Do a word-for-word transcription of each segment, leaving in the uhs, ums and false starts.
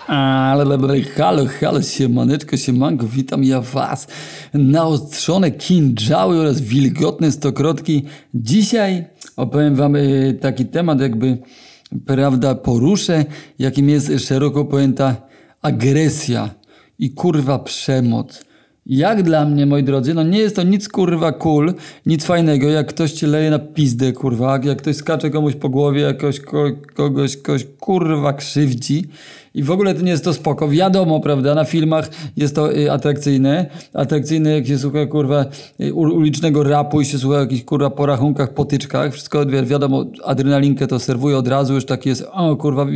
Ale halo, halo, siemaneczko, siemanko, witam ja was. Naostrzone kinżały oraz wilgotne stokrotki. Dzisiaj opowiem wam y, taki temat, jakby, prawda, poruszę, jakim jest szeroko pojęta agresja i kurwa przemoc. Jak dla mnie, moi drodzy, no nie jest to nic kurwa cool, nic fajnego, jak ktoś cię leje na pizdę, kurwa, jak ktoś skacze komuś po głowie, jakoś ko, kogoś, kogoś kurwa krzywdzi i w ogóle to nie jest to spoko. Wiadomo, prawda, na filmach jest to y, atrakcyjne, atrakcyjne jak się słucha kurwa y, ulicznego rapu i się słucha o jakichś kurwa porachunkach, potyczkach, wszystko wi wiadomo, adrenalinkę to serwuje od razu, już taki jest, o kurwa...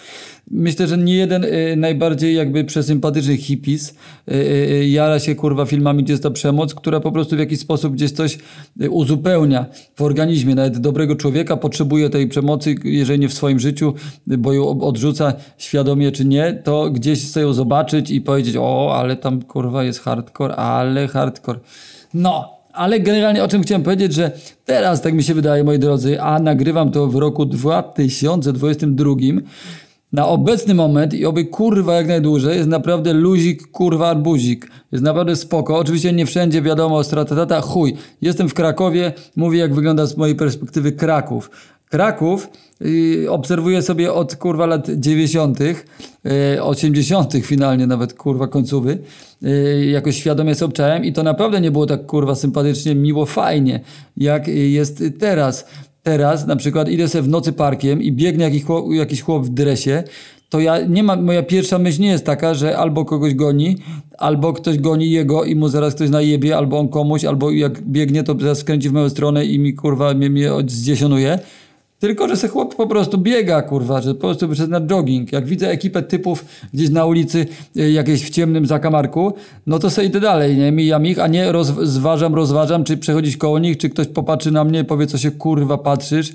Myślę, że nie jeden y, najbardziej jakby przesympatyczny hippies y, y, jara się kurwa filmami, gdzie jest ta przemoc, która po prostu w jakiś sposób gdzieś coś y, uzupełnia w organizmie. Nawet dobrego człowieka potrzebuje tej przemocy, jeżeli nie w swoim życiu, bo ją odrzuca świadomie czy nie, to gdzieś chce ją zobaczyć i powiedzieć, o, ale tam kurwa jest hardcore, ale hardcore. No. Ale generalnie o czym chciałem powiedzieć, że teraz, tak mi się wydaje, moi drodzy, a nagrywam to w roku dwa tysiące dwudziestym drugim, na obecny moment i oby kurwa jak najdłużej jest naprawdę luzik, kurwa arbuzik. Jest naprawdę spoko. Oczywiście nie wszędzie, wiadomo, stratata, chuj. Jestem w Krakowie, mówię jak wygląda z mojej perspektywy Kraków. Kraków yy, obserwuję sobie od kurwa lat dziewięćdziesiątych, yy, osiemdziesiątych finalnie nawet kurwa końcówy. Yy, jakoś świadomie sobie obczałem i to naprawdę nie było tak kurwa sympatycznie, miło, fajnie jak jest teraz. Teraz na przykład idę sobie w nocy parkiem i biegnie jakiś chłop, jakiś chłop w dresie, to ja nie ma, moja pierwsza myśl nie jest taka, że albo kogoś goni, albo ktoś goni jego i mu zaraz ktoś najebie, albo on komuś, albo jak biegnie, to zaraz skręci w moją stronę i mi kurwa mnie, mnie zdziesionuje. Tylko, że se chłop po prostu biega, kurwa, że po prostu wyszedł na jogging. Jak widzę ekipę typów gdzieś na ulicy, y, jakieś w ciemnym zakamarku, no to sobie idę dalej, nie? Mijam ich, a nie roz, zważam, rozważam, czy przechodzić koło nich, czy ktoś popatrzy na mnie i powie, co się kurwa patrzysz,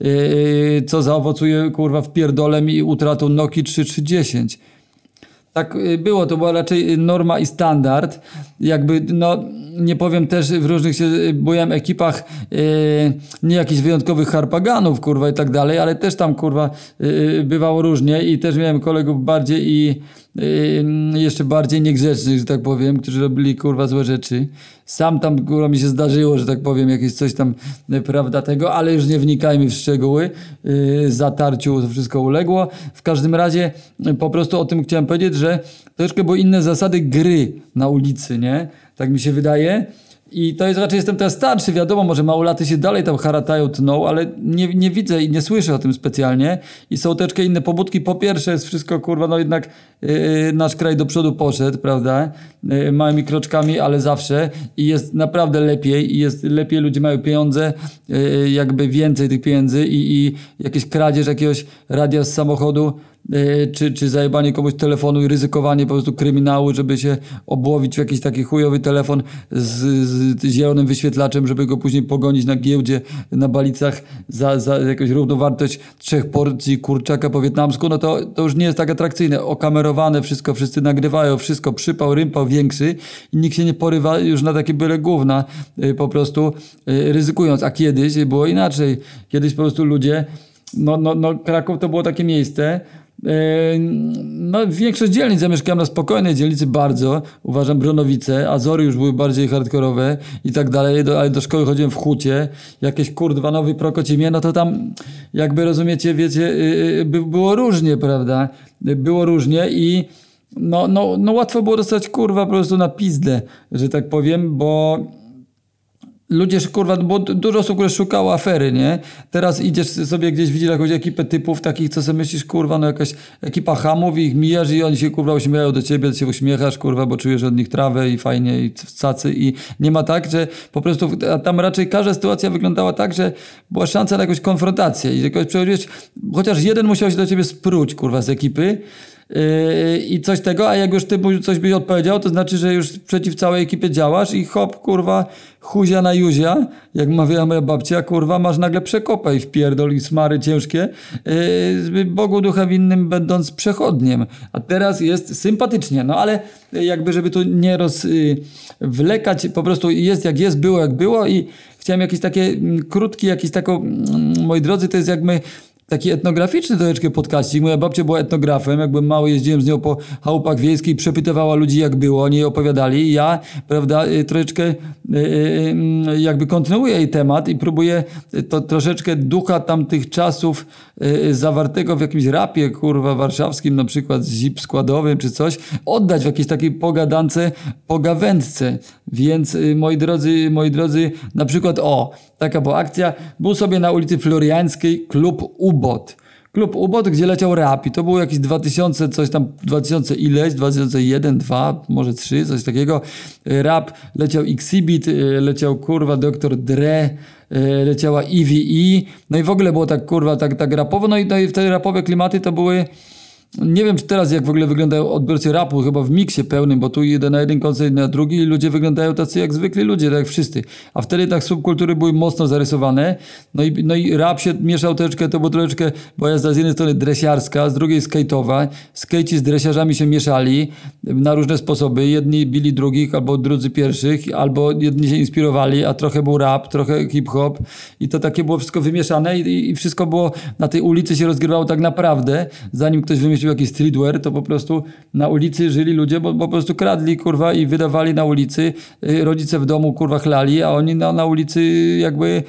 yy, co zaowocuje kurwa wpierdolem i utratą Nokii trzy trzy dziesięć. Tak było, to była raczej norma i standard. Jakby, no, nie powiem też, w różnych się byłem ekipach, yy, nie jakichś wyjątkowych harpaganów, kurwa, i tak dalej, ale też tam, kurwa, yy, bywało różnie i też miałem kolegów bardziej i yy, jeszcze bardziej niegrzecznych, że tak powiem, którzy robili, kurwa, złe rzeczy. Sam tam, kurwa, mi się zdarzyło, że tak powiem, jakieś coś tam, yy, prawda, tego, ale już nie wnikajmy w szczegóły. Yy, zatarciu to wszystko uległo. W każdym razie yy, po prostu o tym chciałem powiedzieć, że troszkę były inne zasady gry na ulicy, nie? Tak mi się wydaje. I to jest raczej, jestem teraz starszy, wiadomo, może małolaty się dalej tam haratają, tną, ale nie, nie widzę i nie słyszę o tym specjalnie. I są troszkę inne pobudki. Po pierwsze jest wszystko, kurwa, no jednak yy, nasz kraj do przodu poszedł, prawda? Yy, małymi kroczkami, ale zawsze. I jest naprawdę lepiej. I jest lepiej, ludzie mają pieniądze, yy, jakby więcej tych pieniędzy i, i jakieś kradzież jakiegoś radia z samochodu, Czy, czy zajebanie komuś telefonu i ryzykowanie po prostu kryminału, żeby się obłowić w jakiś taki chujowy telefon z, z zielonym wyświetlaczem, żeby go później pogonić na giełdzie, na Balicach za, za jakąś równowartość trzech porcji kurczaka po wietnamsku, no to, to już nie jest tak atrakcyjne. Okamerowane wszystko, wszyscy nagrywają, wszystko, przypał, rympał większy i nikt się nie porywa już na takie byle gówna, po prostu ryzykując. A kiedyś było inaczej. Kiedyś po prostu ludzie, no, no, no Kraków to było takie miejsce. No, większość dzielnic, ja mieszkałem na spokojnej dzielnicy bardzo, uważam Bronowice, Azory już były bardziej hardkorowe i tak dalej, do, ale do szkoły chodziłem w Hucie, jakieś kurwa nowy Prokocimie, no to tam jakby rozumiecie, wiecie, by, było różnie, prawda, było różnie i no, no, no łatwo było dostać kurwa po prostu na pizdę, że tak powiem, bo ludzie, kurwa, bo dużo osób, które szukało afery, nie? Teraz idziesz sobie gdzieś, widzisz jakąś ekipę typów takich, co sobie myślisz, kurwa, no jakaś ekipa chamów i ich mijasz i oni się, kurwa, uśmiechają do ciebie, ty się uśmiechasz, kurwa, bo czujesz od nich trawę i fajnie i cacy i nie ma tak, że po prostu, a tam raczej każda sytuacja wyglądała tak, że była szansa na jakąś konfrontację i jakoś przechodziłeś, chociaż jeden musiał się do ciebie spróć, kurwa, z ekipy, Yy, i coś tego, a jak już ty coś byś odpowiedział, to znaczy, że już przeciw całej ekipie działasz i hop, kurwa, huzia na juzia, jak mawiała moja babcia, kurwa, masz nagle przekopę i wpierdol i smary ciężkie, yy, Bogu ducha winnym będąc przechodniem. A teraz jest sympatycznie, no ale jakby, żeby tu nie rozwlekać, yy, po prostu jest jak jest, było jak było i chciałem jakieś takie mm, krótki, jakiś taką, mm, moi drodzy, to jest jak my taki etnograficzny troszeczkę podcastik. Moja babcia była etnografem, jak byłem mały, jeździłem z nią po chałupach wiejskich, przepytywała ludzi jak było, oni jej opowiadali. I ja, prawda, troszeczkę jakby kontynuuję jej temat i próbuję to troszeczkę ducha tamtych czasów zawartego w jakimś rapie, kurwa, warszawskim, na przykład z zip składowym czy coś, oddać w jakiejś takiej pogadance, pogawędce. Więc moi drodzy, moi drodzy, na przykład o, taka była akcja, był sobie na ulicy Floriańskiej klub U B O T. Klub U B O T, gdzie leciał rap i to było jakieś dwa tysiące, coś tam, dwa tysiące ileś, dwa tysiące jeden, dwa, może trzy, coś takiego. Rap, leciał Exhibit, leciał kurwa doktor Dre, leciała E V E, no i w ogóle było tak kurwa, tak, tak rapowo, no i, no i te rapowe klimaty to były. Nie wiem, czy teraz jak w ogóle wyglądają odbiorcy rapu, chyba w miksie pełnym, bo tu jeden na jeden koncert, na drugi i ludzie wyglądają tacy jak zwykli ludzie, tak jak wszyscy. A wtedy tak subkultury były mocno zarysowane, no i, no i rap się mieszał troszeczkę, to było troszeczkę, bo jazda z jednej strony dresiarska, z drugiej skate'owa. Skejci z dresiarzami się mieszali na różne sposoby. Jedni bili drugich, albo drudzy pierwszych, albo jedni się inspirowali, a trochę był rap, trochę hip-hop i to takie było wszystko wymieszane i, i wszystko było, na tej ulicy się rozgrywało tak naprawdę, zanim ktoś wymyślił jakiś streetwear, to po prostu na ulicy żyli ludzie, bo, bo po prostu kradli, kurwa, i wydawali na ulicy. Rodzice w domu, kurwa, chlali, a oni na, na ulicy jakby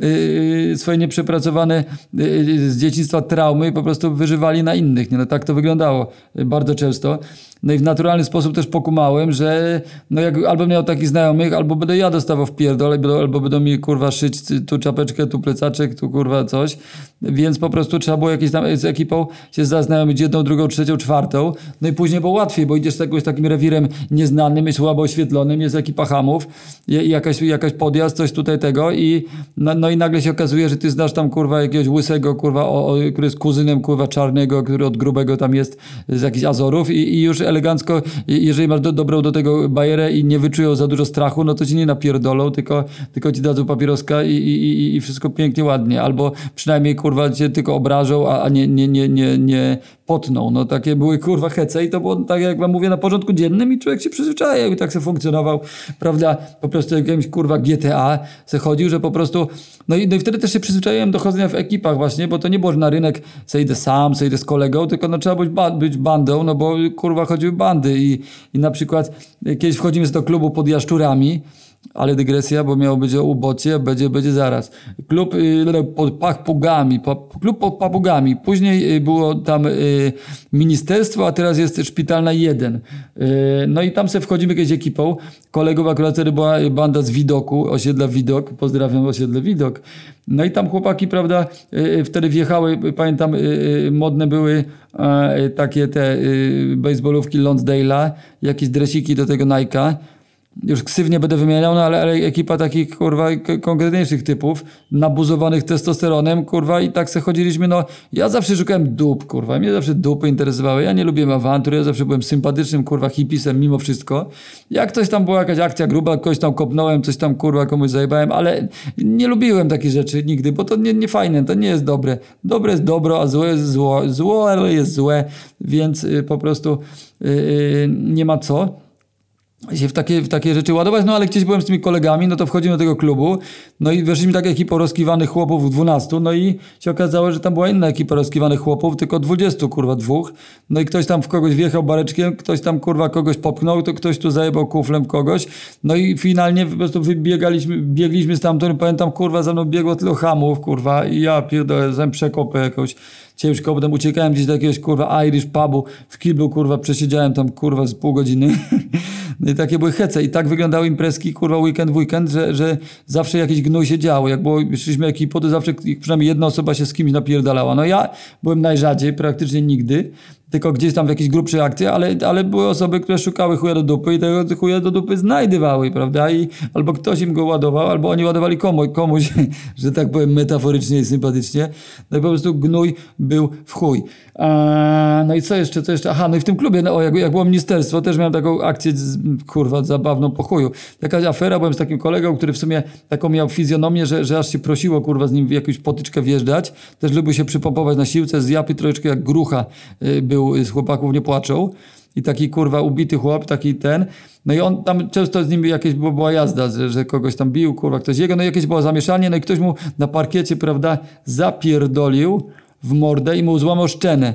yy, swoje nieprzepracowane yy, z dzieciństwa traumy po prostu wyżywali na innych. Nie? No tak to wyglądało bardzo często. No i w naturalny sposób też pokumałem, że no jak albo miał takich znajomych, albo będę ja dostawał w pierdol, albo, albo będą mi kurwa szyć tu czapeczkę, tu plecaczek, tu kurwa coś. Więc po prostu trzeba było jakieś tam z ekipą się zaznajomić jedną, drugą, trzecią, czwartą. No i później było łatwiej, bo idziesz z jakimś takim rewirem nieznanym, jest słabo oświetlonym, jest ekipa hamów, jakaś, jakaś podjazd, coś tutaj tego i no, no i nagle się okazuje, że ty znasz tam kurwa jakiegoś łysego, kurwa, o, o, który jest kuzynem kurwa czarnego, który od grubego tam jest z jakichś Azorów i, i już elegancko, jeżeli masz do, dobrą do tego bajerę i nie wyczują za dużo strachu, no to ci nie napierdolą, tylko, tylko ci dadzą papieroska i, i, i wszystko pięknie, ładnie. Albo przynajmniej kurwa cię tylko obrażą, a, a nie, nie, nie, nie, nie potną. No takie były kurwa hece i to było tak jak wam mówię na porządku dziennym i człowiek się przyzwyczajał i tak se funkcjonował, prawda, po prostu jakimś kurwa G T A se chodził, że po prostu no i, no i wtedy też się przyzwyczaiłem do chodzenia w ekipach właśnie, bo to nie było, że na rynek se idę sam, se idę z kolegą, tylko no trzeba być, ba- być bandą, no bo kurwa chodziły bandy i, i na przykład kiedyś wchodzimy do klubu pod Jaszczurami, ale dygresja, bo miało być o ubocie, będzie, będzie zaraz. Klub y, pod papugami, klub pod papugami. Później y, było tam y, ministerstwo, a teraz jest szpitalna jeden. Y, no i tam se wchodzimy jakąś ekipą. Kolegów akurat wtedy była banda z Widoku, osiedla Widok. Pozdrawiam osiedle Widok. No i tam chłopaki, prawda, y, wtedy wjechały, pamiętam, y, y, modne były y, takie te y, baseballówki Lonsdale'a, jakieś dresiki do tego Nike'a. Już ksywnie będę wymieniał, no ale, ale ekipa takich, kurwa, k- konkretniejszych typów, nabuzowanych testosteronem, kurwa, i tak se chodziliśmy, no, ja zawsze szukałem dup, kurwa, mnie zawsze dupy interesowały, ja nie lubiłem awantur, ja zawsze byłem sympatycznym, kurwa, hipisem mimo wszystko. Jak coś tam była jakaś akcja gruba, kogoś tam kopnąłem, coś tam, kurwa, komuś zajebałem, ale nie lubiłem takich rzeczy nigdy, bo to nie, nie fajne, to nie jest dobre. Dobre jest dobro, a złe jest zło, zło, ale jest złe, więc y, po prostu y, y, nie ma co się w takie, w takie rzeczy ładować, no ale gdzieś byłem z tymi kolegami, no to wchodzimy do tego klubu, no i weszliśmy tak ekipą rozkiwanych chłopów dwunastu, no i się okazało, że tam była inna ekipa rozkiwanych chłopów, tylko dwudziestu, kurwa, dwóch, no i ktoś tam w kogoś wjechał bareczkiem, ktoś tam, kurwa, kogoś popchnął, to ktoś tu zajebał kuflem kogoś, no i finalnie po prostu wybiegaliśmy, biegliśmy stamtąd, pamiętam, kurwa, za mną biegło tylu hamów, kurwa, i ja pierdolę, zem przekopę jakąś ciężko, potem uciekałem gdzieś do jakiegoś, kurwa, Irish pubu w kiblu, kurwa, przesiedziałem tam, kurwa, z pół godziny. No i takie były hece. I tak wyglądały imprezki, kurwa, weekend w weekend, że, że zawsze jakiś gnój się działo. Jak było, szliśmy ekipą, to zawsze przynajmniej jedna osoba się z kimś napierdalała. No ja byłem najrzadziej, praktycznie nigdy, tylko gdzieś tam w jakiejś grubszej akcji, ale, ale były osoby, które szukały chuja do dupy i tego chuja do dupy znajdywały, prawda? I albo ktoś im go ładował, albo oni ładowali komuś, komuś że tak powiem metaforycznie i sympatycznie. No i po prostu gnój był w chuj. A, no i co jeszcze, co jeszcze? Aha, no i w tym klubie, no, jak, jak było ministerstwo, też miałem taką akcję, z, kurwa, zabawną po chuju. Jakaś afera, byłem z takim kolegą, który w sumie taką miał fizjonomię, że, że aż się prosiło, kurwa, z nim w jakąś potyczkę wjeżdżać. Też lubił się przypompować na siłce, z japy troszeczkę jak grucha y, był, z chłopaków nie płaczą. I taki, kurwa, ubity chłop, taki ten. No i on tam często z nim jakieś była jazda, że, że kogoś tam bił, kurwa, ktoś jego. No i jakieś było zamieszanie, no i ktoś mu na parkiecie, prawda, zapierdolił w mordę i mu złamał szczenę.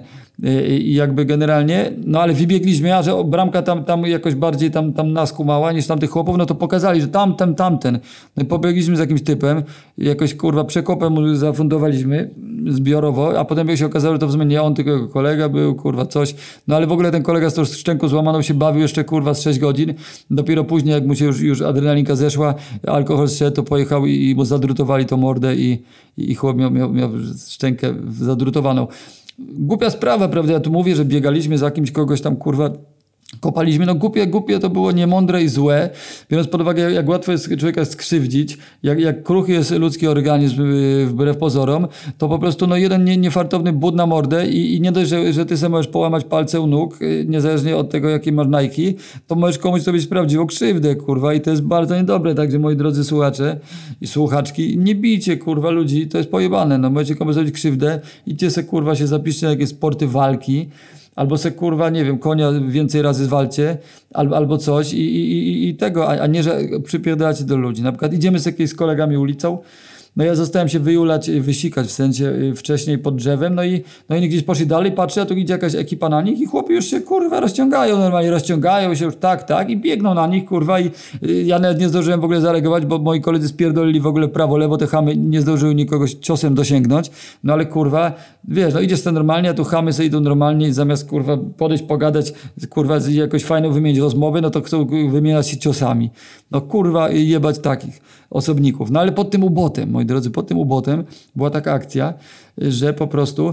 I jakby generalnie, no ale wybiegliśmy, a że bramka tam, tam jakoś bardziej tam, tam nas kumała niż tamtych chłopów, no to pokazali, że tamten, tamten. No i pobiegliśmy z jakimś typem, jakoś kurwa przekopem mu zafundowaliśmy zbiorowo, a potem się okazało, że to w sumie nie on, tylko jego kolega był, kurwa coś. No ale w ogóle ten kolega z tą szczęką złamaną się bawił jeszcze kurwa z sześć godzin. Dopiero później, jak mu się już, już adrenalinka zeszła, alkohol zszedł, to pojechał i, i mu zadrutowali tą mordę i, i chłop miał, miał, miał szczękę zadrutowaną. Głupia sprawa, prawda? Ja tu mówię, że biegaliśmy za kimś, kogoś tam, kurwa, kopaliśmy. No głupie, głupie to było niemądre i złe, biorąc pod uwagę, jak, jak łatwo jest człowieka skrzywdzić, jak, jak kruchy jest ludzki organizm yy, wbrew pozorom, to po prostu no jeden nie, niefartowny bud na mordę i, i nie dość, że, że ty sobie możesz połamać palce u nóg, yy, niezależnie od tego, jakie masz Nike, to możesz komuś zrobić prawdziwą krzywdę, kurwa, i to jest bardzo niedobre. Także moi drodzy słuchacze i słuchaczki, nie bijcie, kurwa, ludzi, to jest pojebane, no możecie komuś zrobić krzywdę, idźcie se, kurwa, się zapiszcie na jakieś sporty walki, albo se, kurwa, nie wiem, konia więcej razy zwalcie, albo, albo coś i, i, i, i tego, a, a nie, że przypierdalacie do ludzi. Na przykład idziemy sobie z kolegami ulicą, no ja zostałem się wyjulać, wysikać w sensie wcześniej pod drzewem, no i, no i gdzieś poszli dalej, patrzę, a tu idzie jakaś ekipa na nich i chłopi już się, kurwa, rozciągają normalnie, rozciągają się już tak, tak i biegną na nich, kurwa, i y, ja nawet nie zdążyłem w ogóle zareagować, bo moi koledzy spierdolili w ogóle prawo, lewo, te chamy nie zdążyły nikogo ciosem dosięgnąć, no ale kurwa, wiesz, no idziesz sobie normalnie, a tu chamy sobie idą normalnie i zamiast, kurwa, podejść, pogadać, kurwa, jakoś fajną wymienić rozmowę, no to chcą wymieniać się ciosami. No kurwa, jebać takich osobników. No ale pod tym ubotem, moi drodzy, pod tym ubotem była taka akcja, że po prostu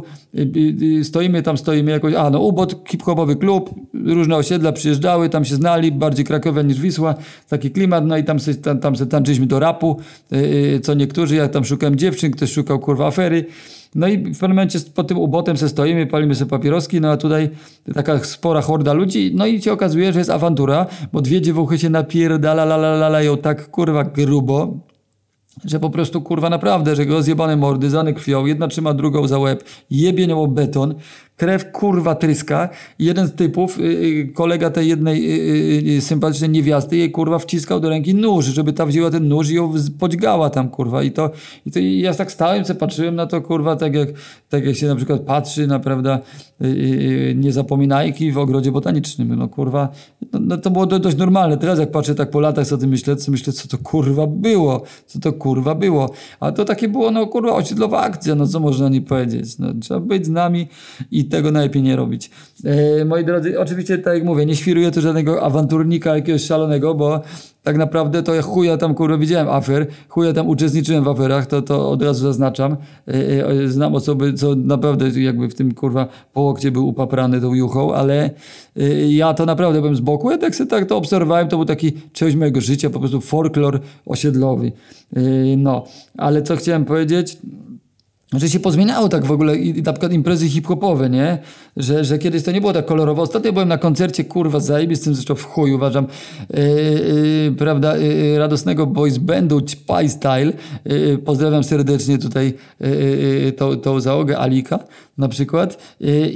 stoimy tam, stoimy jakoś, a no ubot, hip-hopowy klub, różne osiedla przyjeżdżały, tam się znali, bardziej Krakowia niż Wisła, taki klimat, no i tam se, tam, tam se tańczyliśmy do rapu, co niektórzy, ja tam szukałem dziewczyn, ktoś szukał, kurwa, afery. No i w pewnym momencie pod tym ubotem se stoimy, palimy sobie papieroski, no a tutaj taka spora horda ludzi, no i się okazuje, że jest awantura, bo dwie dziewuchy się napierdalalają tak, kurwa, grubo, że po prostu, kurwa, naprawdę, że go zjebane mordy, zane krwią, jedna trzyma drugą za łeb, jebie nią o beton, krew, kurwa, tryska. Jeden z typów, yy, kolega tej jednej yy, yy, sympatycznej niewiasty, jej, kurwa, wciskał do ręki nóż, żeby ta wzięła ten nóż i ją podźgała tam, kurwa. I to, i to i ja tak stałem, co patrzyłem na to, kurwa, tak jak, tak jak się na przykład patrzy na, prawda, yy, yy, niezapominajki w ogrodzie botanicznym. No, kurwa, no, no to było dość normalne. Teraz jak patrzę tak po latach, co ty myślę, co myślę, co to, kurwa, było. Co to, kurwa, było. A to takie było, no, kurwa, osiedlowa akcja, no, co można nie powiedzieć. No, trzeba być z nami i tego najlepiej nie robić. E, moi drodzy, oczywiście, tak jak mówię, nie świruję tu żadnego awanturnika jakiegoś szalonego, bo tak naprawdę to ja chuja tam, kurwa, widziałem afer, chuja tam uczestniczyłem w aferach, to, to od razu zaznaczam. E, e, znam osoby, co naprawdę jakby w tym, kurwa, po łokcie był upaprany tą juchą, ale e, ja to naprawdę byłem z boku, ja tak sobie tak to obserwowałem, to był taki część mojego życia, po prostu folklor osiedlowy. E, no, ale co chciałem powiedzieć... Że się pozmieniało tak w ogóle i na przykład imprezy hip-hopowe, nie? Że, że kiedyś to nie było tak kolorowo. Ostatnio byłem na koncercie, kurwa, zajebistym, zresztą w chuj uważam, yy, yy, prawda, yy, radosnego boys bandu Pie Style. Yy, pozdrawiam serdecznie tutaj yy, yy, tą, tą załogę Alika na przykład. Yy,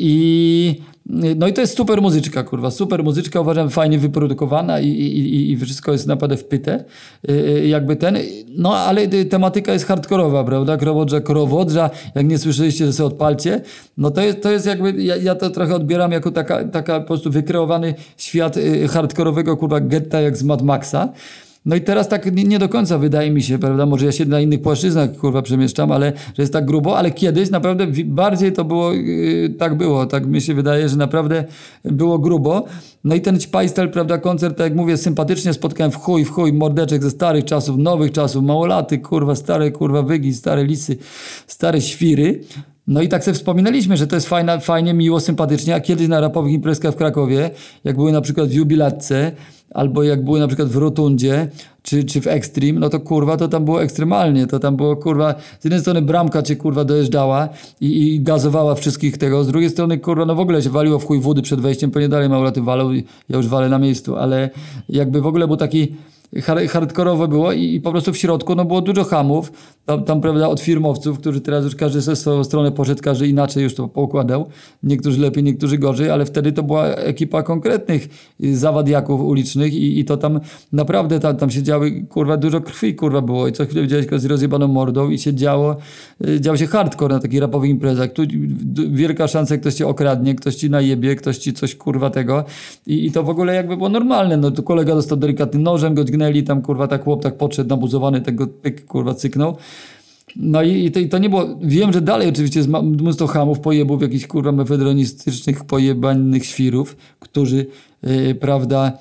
I no i to jest super muzyczka, kurwa, super muzyczka, uważam, fajnie wyprodukowana i, i, i wszystko jest naprawdę wpyte, yy, jakby ten, no ale tematyka jest hardkorowa, prawda, krowodrza, krowodrza, jak nie słyszeliście, że sobie odpalcie, no to jest, to jest jakby, ja, ja to trochę odbieram jako taka, taka po prostu wykreowany świat yy, hardkorowego, kurwa, getta jak z Mad Maxa. No i teraz tak nie, nie do końca wydaje mi się, prawda, może ja się na innych płaszczyznach, kurwa, przemieszczam, ale że jest tak grubo, ale kiedyś naprawdę bardziej to było, yy, tak było, tak mi się wydaje, że naprawdę było grubo. No i ten Pie Style, prawda, koncert, tak jak mówię, sympatycznie spotkałem w chuj, w chuj, mordeczek ze starych czasów, nowych czasów, małolaty, kurwa, stare, kurwa, wygi, stare lisy, stare świry. No i tak sobie wspominaliśmy, że to jest fajna, fajnie, miło, sympatycznie, a kiedyś na rapowych imprezkach w Krakowie, jak były na przykład w Jubilatce, albo jak były na przykład w Rotundzie, czy, czy w Extreme, no to kurwa, to tam było ekstremalnie, to tam było kurwa, z jednej strony bramka cię kurwa dojeżdżała i, i gazowała wszystkich tego, z drugiej strony kurwa, no w ogóle się waliło w chuj wody przed wejściem, pewnie dalej małolaty walą, ja już walę na miejscu, ale jakby w ogóle był taki hard, hardkorowo było i, i po prostu w środku no było dużo hamów, tam, tam prawda od firmowców, którzy teraz już każdy ze swoją stronę poszedł, każdy inaczej już to poukładał, niektórzy lepiej, niektórzy gorzej, ale wtedy to była ekipa konkretnych zawadiaków ulicznych i, i to tam naprawdę tam, tam się działy, kurwa, dużo krwi, kurwa, było i co chwilę widziałeś kogoś z rozjebaną mordą i się działo, działo się hardcore na takich rapowych imprezach. Tu wielka szansa, ktoś cię okradnie, ktoś ci najebie, ktoś ci coś, kurwa, tego i, i to w ogóle jakby było normalne, no to kolega dostał delikatnym nożem, go dźgnęli, tam, kurwa, tak chłop tak podszedł nabuzowany, tego pyk, kurwa, cyknął. No i, i, to, i to nie było, wiem, że dalej oczywiście jest mnóstwo hamów, pojebów, jakichś, kurwa, mefedronistycznych, pojebanych świrów, którzy, yy, prawda,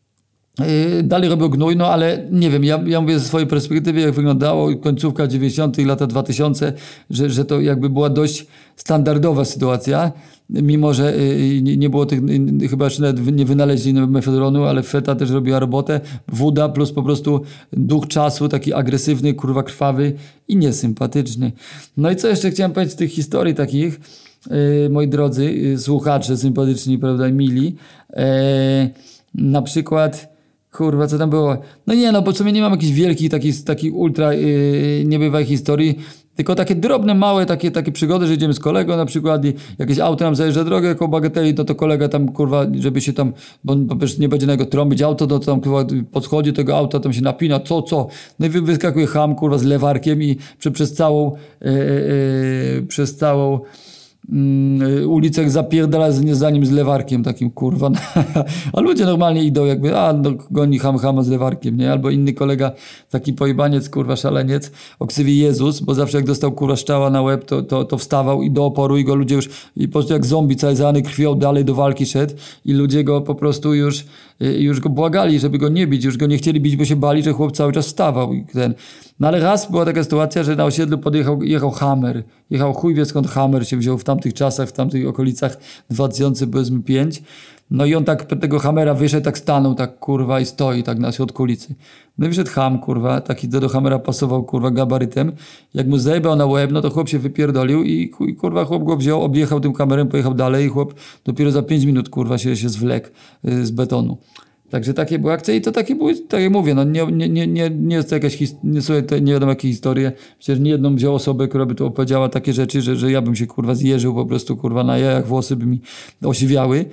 Yy, dalej robią gnój, no ale nie wiem, ja, ja mówię ze swojej perspektywy, jak wyglądało końcówka dziewięćdziesiątych, lata dwa tysiące, że, że to jakby była dość standardowa sytuacja, mimo że yy, nie, nie było tych, yy, chyba jeszcze nawet nie wynaleźli mefedronu, ale feta też robiła robotę, woda plus po prostu duch czasu, taki agresywny, kurwa krwawy i niesympatyczny. No i co jeszcze chciałem powiedzieć z tych historii takich, yy, moi drodzy yy, słuchacze sympatyczni, prawda, mili, yy, na przykład kurwa, co tam było? No nie, no bo w sumie nie mam jakichś wielkich, takich, takich ultra yy, niebywałych historii, tylko takie drobne, małe takie, takie przygody, że idziemy z kolegą na przykład i jakieś auto nam zajeżdża drogę jako bagateli, to to kolega tam, kurwa, żeby się tam, bo, bo przecież nie będzie na niego trąbić auto, to tam, kurwa, podchodzi tego auta, tam się napina, co, co? No i wyskakuje ham, kurwa, z lewarkiem i prze, przez całą, yy, yy, przez całą Mm, ulicę zapierdala za nim z lewarkiem takim, kurwa. A ludzie normalnie idą jakby, a no, goni ham hama z lewarkiem, nie? Albo inny kolega, taki pojebaniec, kurwa, szaleniec o ksywie Jezus, bo zawsze jak dostał, kurwa, szczała na łeb, to, to, to wstawał i do oporu i go ludzie już, i po prostu jak zombie cały zalany krwią dalej do walki szedł i ludzie go po prostu już już go błagali, żeby go nie bić, już go nie chcieli bić, bo się bali, że chłop cały czas wstawał. I ten. No ale raz była taka sytuacja, że na osiedlu podjechał, jechał Hammer. Jechał chuj wie skąd Hammer się wziął w tamtych czasach, w tamtych okolicach dwa tysiące piąty. No i on tak tego Hammera wyszedł, tak stanął, tak kurwa i stoi tak na środku ulicy. No i wyszedł Ham, kurwa, taki do, do Hammera pasował, kurwa, gabarytem. Jak mu zajebał na łeb, no to chłop się wypierdolił i, i kurwa chłop go wziął, objechał tym Hammerem, pojechał dalej i chłop dopiero za pięć minut, kurwa, się, się zwlekł y, z betonu. Także takie były akcje i to takie były, tak jak mówię, no nie, nie, nie, nie, nie jest to jakaś, his, nie są to nie wiadomo jakie historie. Przecież nie jedną wziął osobę, która by tu opowiedziała takie rzeczy, że, że ja bym się, kurwa, zjeżył po prostu, kurwa, na jajach, włosy by mi osiwiały.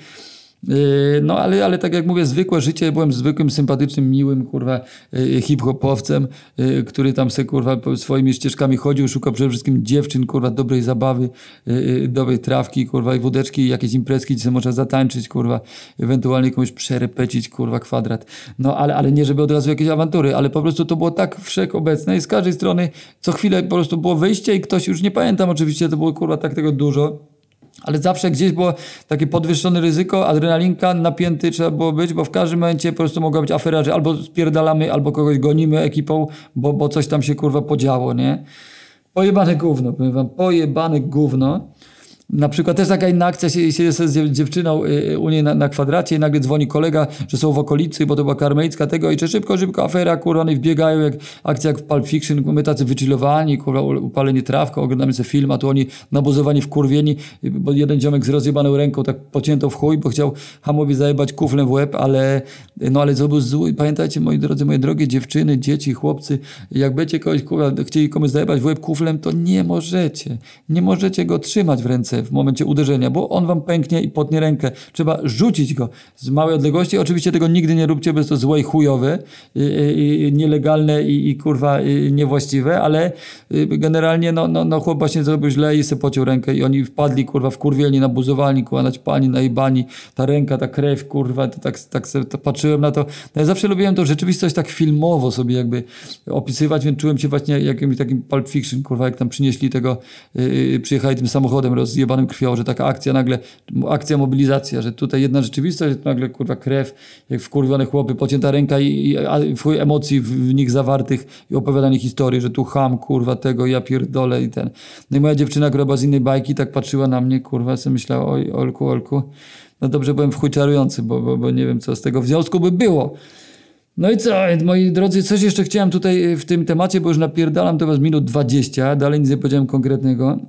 No ale, ale tak jak mówię, zwykłe życie, byłem zwykłym, sympatycznym, miłym, kurwa, hip-hopowcem, który tam se, kurwa, swoimi ścieżkami chodził, szukał przede wszystkim dziewczyn, kurwa, dobrej zabawy, dobrej trawki, kurwa, i wódeczki, jakieś imprezki, gdzie można zatańczyć, kurwa, ewentualnie komuś przerepecić, kurwa, kwadrat. No ale, ale nie, żeby od razu jakieś awantury, ale po prostu to było tak wszechobecne i z każdej strony co chwilę po prostu było wyjście i ktoś, już nie pamiętam oczywiście, to było, kurwa, tak tego dużo. Ale zawsze gdzieś było takie podwyższone ryzyko, adrenalinka, napięty trzeba było być, bo w każdym momencie po prostu mogła być afera, że albo spierdalamy, albo kogoś gonimy ekipą, bo, bo coś tam się, kurwa, podziało, nie? Pojebane gówno, powiem wam, pojebane gówno. Na przykład też taka inna akcja, się, się jest z dziewczyną u niej na, na kwadracie i nagle dzwoni kolega, że są w okolicy, bo to była karmelicka tego i czy szybko, szybko afera, kurwa, one wbiegają jak akcja jak w Pulp Fiction, my tacy wychillowani, kurwa, upalenie trawka, oglądamy sobie film, a tu oni nabuzowani, wkurwieni, bo jeden ziomek z rozjebaną ręką tak pocięto w chuj, bo chciał hamowi zajebać kuflem w łeb, ale no ale zrobił zły. Pamiętajcie, moi drodzy, moje drogie dziewczyny, dzieci, chłopcy, jak będziecie kogoś, kurwa, chcieli komuś zajebać w łeb kuflem, to nie możecie, nie możecie go trzymać w ręce w momencie uderzenia, bo on wam pęknie i potnie rękę. Trzeba rzucić go z małej odległości. Oczywiście tego nigdy nie róbcie, bo jest to złe i chujowe, i, i, i nielegalne i, i kurwa i niewłaściwe, ale generalnie no, no, no chłop właśnie zrobił źle i se pociął rękę i oni wpadli, kurwa, wkurwieni, nabuzowani, kurwa, naćpani, najebani, ta ręka, ta krew, kurwa, to tak, tak sobie to patrzyłem na to. No ja zawsze lubiłem tą rzeczywistość tak filmowo sobie jakby opisywać, więc czułem się właśnie jakimś takim Pulp Fiction, kurwa, jak tam przynieśli tego, yy, przyjechali tym samochodem rozjebanym krwią, że taka akcja nagle, akcja mobilizacja, że tutaj jedna rzeczywistość, że nagle, kurwa, krew, jak wkurwione chłopy, pocięta ręka i, i a, emocji w, w nich zawartych i opowiadanie historii, że tu ham, kurwa, tego, ja pierdolę i ten. No i moja dziewczyna, która była z innej bajki, tak patrzyła na mnie, kurwa, sobie myślała, oj, Olku, Olku, no dobrze, byłem w chuj czarujący, bo, bo, bo nie wiem, co z tego w związku by było. No i co, moi drodzy, coś jeszcze chciałem tutaj w tym temacie, bo już napierdalam do was minut dwadzieścia, dalej nic nie powiedziałem konkretnego.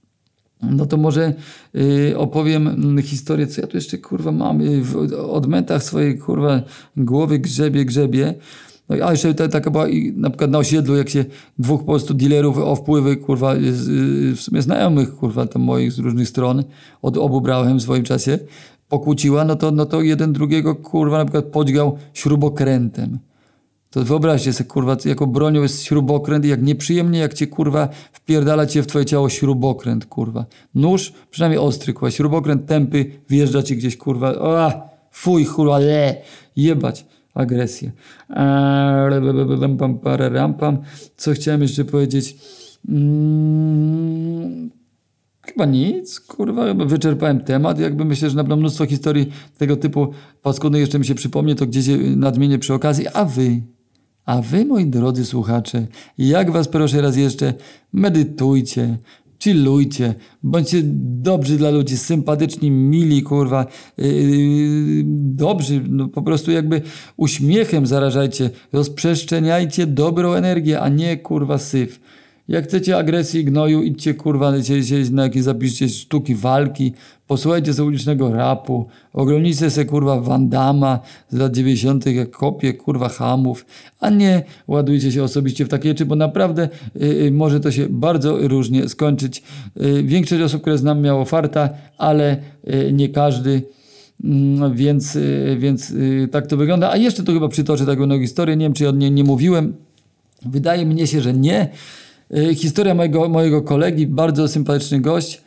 No to może y, opowiem historię, co ja tu jeszcze, kurwa, mam y, w odmętach swojej, kurwa, głowy grzebie, grzebie. No a jeszcze ta, taka była i na przykład na osiedlu, jak się dwóch po prostu dealerów o wpływy, kurwa, z, w sumie znajomych, kurwa, tam moich z różnych stron, od obu brałem w swoim czasie, pokłóciła, no to, no to jeden drugiego, kurwa, na przykład podźgał śrubokrętem. To wyobraźcie sobie, kurwa, jako bronią jest śrubokręt i jak nieprzyjemnie, jak cię, kurwa, wpierdala cię w twoje ciało śrubokręt, kurwa. Nóż, przynajmniej ostry, kurwa, śrubokręt tępy, wjeżdża ci gdzieś, kurwa, o, fuj, kurwa, le, jebać, agresję. Co chciałem jeszcze powiedzieć? Hmm... Chyba nic, kurwa, wyczerpałem temat. Jakby myślę, że na pewno mnóstwo historii tego typu paskudnych jeszcze mi się przypomnie, to gdzieś nadmienię przy okazji. A wy, a wy, moi drodzy słuchacze, jak was proszę raz jeszcze, medytujcie, chillujcie, bądźcie dobrzy dla ludzi, sympatyczni, mili, kurwa, yy, dobrzy, no po prostu jakby uśmiechem zarażajcie, rozprzestrzeniajcie dobrą energię, a nie, kurwa, syf. Jak chcecie agresji i gnoju, idźcie, kurwa, siedzieć na jakieś, zapiszcie sztuki walki, posłuchajcie sobie ulicznego rapu, oglądajcie sobie, kurwa, Van Damma z lat dziewięćdziesiątych, jak kopie, kurwa, hamów, a nie ładujcie się osobiście w takie rzeczy, bo naprawdę y, może to się bardzo różnie skończyć. Y, większość osób, które znam, miało farta, ale y, nie każdy. Mm, więc y, więc y, tak to wygląda. A jeszcze tu chyba przytoczę taką historię, nie wiem, czy ja o niej nie mówiłem. Wydaje mi się, że nie. Historia mojego, mojego kolegi, bardzo sympatyczny gość,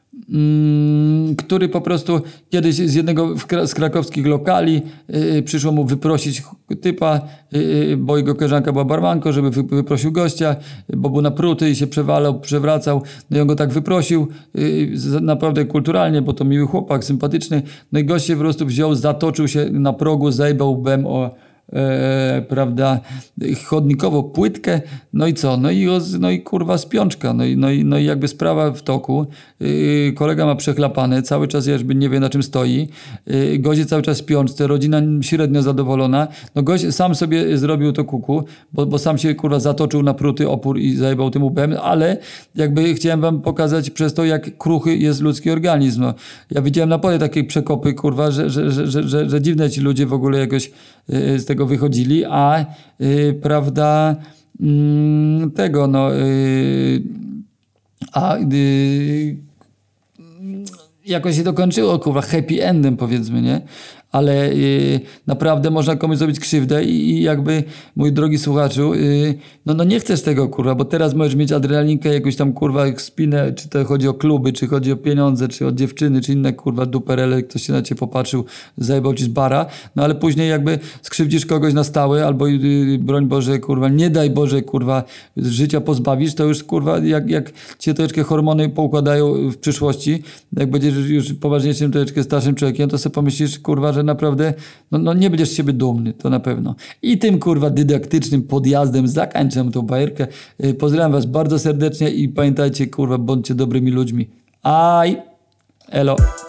mm, który po prostu kiedyś z jednego z krakowskich lokali yy, przyszło mu wyprosić typa, yy, bo jego koleżanka była barmanką, żeby wy, wyprosił gościa, bo był napruty i się przewalał, przewracał. No i on go tak wyprosił, yy, naprawdę kulturalnie, bo to miły chłopak, sympatyczny. No i gość się po prostu wziął, zatoczył się na progu, zajebał łbem o E, prawda, chodnikowo płytkę, no i co, no i, no i kurwa spiączka, no i, no, i, no i jakby sprawa w toku, yy, kolega ma przechlapane, cały czas jakby nie wie na czym stoi, yy, gość cały czas w piączce, rodzina średnio zadowolona, no gość sam sobie zrobił to kuku, bo, bo sam się kurwa zatoczył na pruty opór i zajebał tym łbem, ale jakby chciałem wam pokazać przez to, jak kruchy jest ludzki organizm, no. Ja widziałem na pole takie przekopy, kurwa, że, że, że, że, że, że dziwne ci ludzie w ogóle jakoś yy, z tego wychodzili, a yy, prawda yy, tego no yy, a yy, jakoś się to kończyło, kurwa, happy endem, powiedzmy, nie? Ale yy, naprawdę można komuś zrobić krzywdę i, i jakby, mój drogi słuchaczu, yy, no, no nie chcesz tego, kurwa, bo teraz możesz mieć adrenalinkę, jakąś tam, kurwa, spinę, czy to chodzi o kluby, czy chodzi o pieniądze, czy o dziewczyny, czy inne, kurwa, duperele, ktoś się na ciebie popatrzył, zajebał ci z bara, no ale później jakby skrzywdzisz kogoś na stałe, albo yy, broń Boże, kurwa, nie daj Boże, kurwa, życia pozbawisz, to już, kurwa, jak, jak cię troszeczkę hormony poukładają w przyszłości, jak będziesz już poważniejszym, troszeczkę starszym człowiekiem, to sobie pomyślisz, kurwa, że naprawdę no, no nie będziesz z siebie dumny, to na pewno. I tym, kurwa, dydaktycznym podjazdem zakończam tą bajerkę. Pozdrawiam was bardzo serdecznie i pamiętajcie, kurwa, bądźcie dobrymi ludźmi. Aj! Elo!